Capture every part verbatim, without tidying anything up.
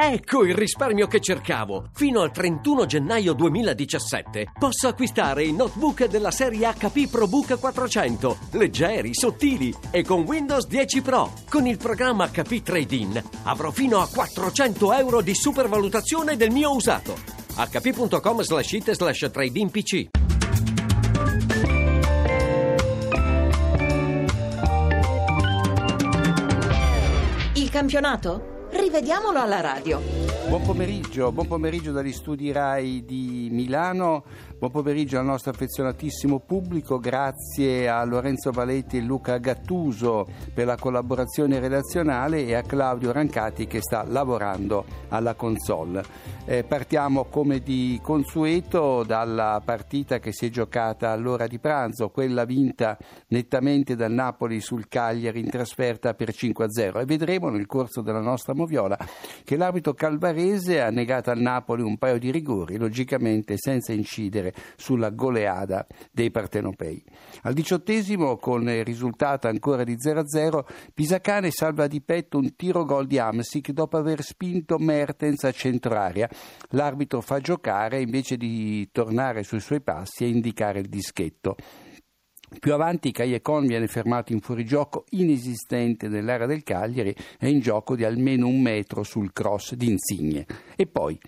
Ecco il risparmio che cercavo! Fino al trentuno gennaio duemiladiciassette posso acquistare i notebook della serie acca pi ProBook quattrocento, leggeri, sottili e con Windows dieci Pro. Con il programma acca pi Trade-in avrò fino a quattrocento euro di supervalutazione del mio usato. acca pi punto com slash it slash trade in pc. Il campionato? Rivediamolo alla radio. Buon pomeriggio, buon pomeriggio dagli studi RAI di Milano, buon pomeriggio al nostro affezionatissimo pubblico, grazie a Lorenzo Valetti e Luca Gattuso per la collaborazione redazionale e a Claudio Rancati che sta lavorando alla console. Eh, partiamo come di consueto dalla partita che si è giocata all'ora di pranzo, quella vinta nettamente dal Napoli sul Cagliari in trasferta per cinque a zero, e vedremo nel corso della nostra moviola che l'arbitro Calvarese ha negato al Napoli un paio di rigori, logicamente senza incidere sulla goleada dei partenopei. Al diciottesimo, con il risultato ancora di zero a zero, Pisacane salva di petto un tiro gol di Hamsik dopo aver spinto Mertens a centro area. L'arbitro fa giocare invece di tornare sui suoi passi e indicare il dischetto. Più avanti Callecon viene fermato in fuorigioco inesistente nell'area del Cagliari e in gioco di almeno un metro sul cross di Insigne. E poi,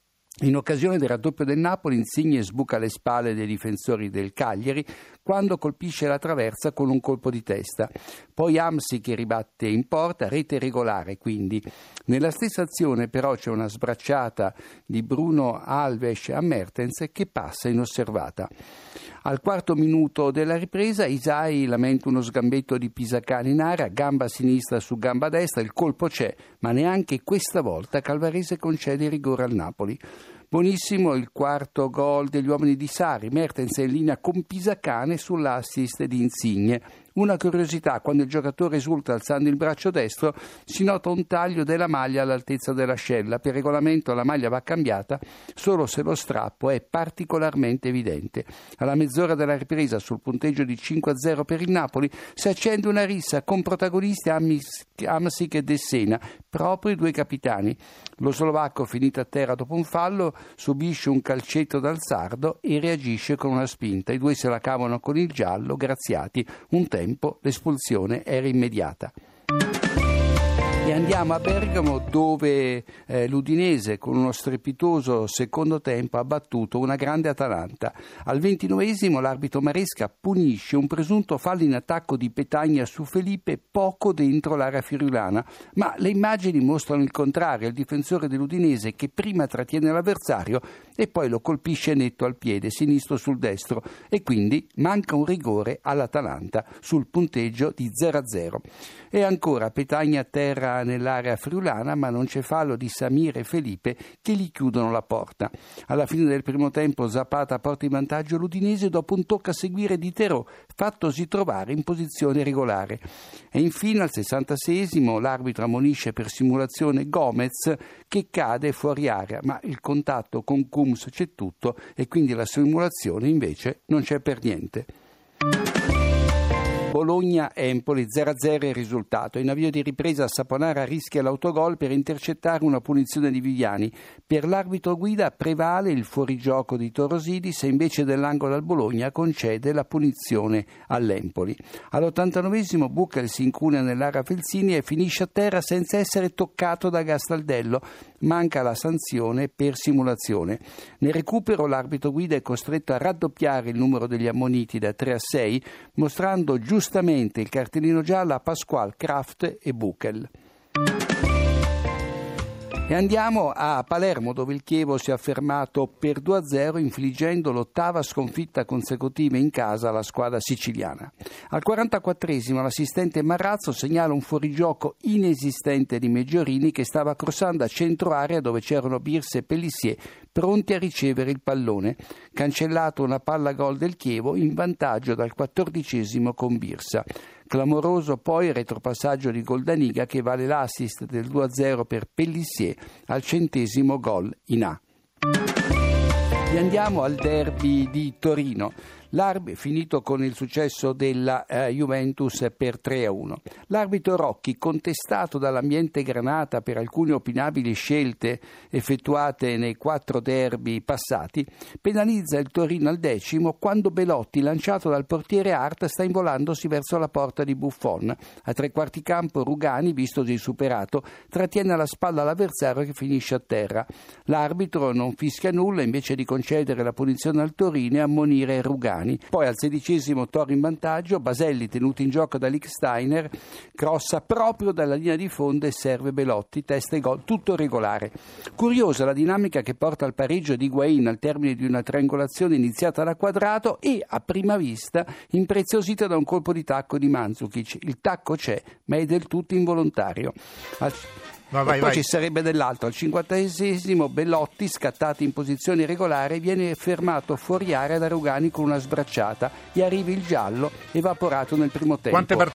in occasione del raddoppio del Napoli, Insigne sbuca alle spalle dei difensori del Cagliari quando colpisce la traversa con un colpo di testa. Poi Hamsik che ribatte in porta, rete regolare quindi. Nella stessa azione però c'è una sbracciata di Bruno Alves a Mertens che passa inosservata. Al quarto minuto della ripresa Isai lamenta uno sgambetto di Pisacane in area, gamba sinistra su gamba destra, il colpo c'è, ma neanche questa volta Calvarese concede il rigore al Napoli. Buonissimo il quarto gol degli uomini di Sarri, Mertens è in linea con Pisacane sull'assist di Insigne. Una curiosità, quando il giocatore esulta alzando il braccio destro si nota un taglio della maglia all'altezza dell'ascella. Per regolamento la maglia va cambiata solo se lo strappo è particolarmente evidente. Alla mezz'ora della ripresa, sul punteggio di cinque a zero per il Napoli, si accende una rissa con protagonisti Hamsik e Dessena, proprio i due capitani. Lo slovacco, finito a terra dopo un fallo, subisce un calcetto dal sardo e reagisce con una spinta. I due se la cavano con il giallo, graziati. Un tempo l'espulsione era immediata. E andiamo a Bergamo, dove eh, l'Udinese con uno strepitoso secondo tempo ha battuto una grande Atalanta. Al ventinovesimo l'arbitro Maresca punisce un presunto fallo in attacco di Petagna su Felipe poco dentro l'area friulana, ma le immagini mostrano il contrario, il difensore dell'Udinese che prima trattiene l'avversario e poi lo colpisce netto al piede sinistro sul destro e quindi manca un rigore all'Atalanta sul punteggio di zero a zero. E ancora Petagna a terra nell'area friulana, ma non c'è fallo di Samir e Felipe che gli chiudono la porta. Alla fine del primo tempo Zapata porta in vantaggio l'Udinese dopo un tocco a seguire di Terò, fattosi trovare in posizione regolare. E infine al sessantaseiesimo l'arbitro ammonisce per simulazione Gomez che cade fuori area, ma il contatto con Kums c'è tutto e quindi la simulazione invece non c'è per niente. Bologna-Empoli zero a zero è il risultato. In avvio di ripresa Saponara rischia l'autogol per intercettare una punizione di Viviani. Per l'arbitro guida prevale il fuorigioco di Torosidis e invece dell'angolo al Bologna concede la punizione all'Empoli. All'ottantanovesimo Buchel si incunea nell'area Felzini e finisce a terra senza essere toccato da Gastaldello. Manca la sanzione per simulazione. Nel recupero l'arbitro guida è costretto a raddoppiare il numero degli ammoniti da tre a sei, mostrando giustamente il cartellino giallo a Pasquale, Kraft e Buchel. E andiamo a Palermo, dove il Chievo si è affermato per due a zero infliggendo l'ottava sconfitta consecutiva in casa alla squadra siciliana. Al quarantaquattresimo l'assistente Marrazzo segnala un fuorigioco inesistente di Meggiorini che stava crossando a centro area dove c'erano Birse e Pellissier pronti a ricevere il pallone. Cancellato una palla gol del Chievo in vantaggio dal quattordicesimo con Birsa. Clamoroso poi il retropassaggio di Goldaniga che vale l'assist del due a zero per Pellissier al centesimo gol in A. E andiamo al derby di Torino. L'arbi- finito con il successo della eh, Juventus per tre a uno. L'arbitro Rocchi, contestato dall'ambiente granata per alcune opinabili scelte effettuate nei quattro derby passati, penalizza il Torino al decimo quando Belotti, lanciato dal portiere Hart, sta involandosi verso la porta di Buffon. A tre quarti campo Rugani, vistosi superato, trattiene alla spalla l'avversario che finisce a terra. L'arbitro non fischia nulla, invece di concedere la punizione al Torino e ammonire Rugani. Poi al sedicesimo Toro in vantaggio, Baselli, tenuto in gioco da Lichtsteiner, crossa proprio dalla linea di fondo e serve Belotti, testa e gol, tutto regolare. Curiosa la dinamica che porta al pareggio di Higuaín al termine di una triangolazione iniziata da Quadrato e, a prima vista, impreziosita da un colpo di tacco di Mandzukic. Il tacco c'è, ma è del tutto involontario. Al... No, e vai, poi vai. ci sarebbe dell'altro. Al cinquantesimo Belotti, scattato in posizione regolare, viene fermato fuori area da Rugani con una sbracciata e arriva il giallo evaporato nel primo tempo. Quante, par-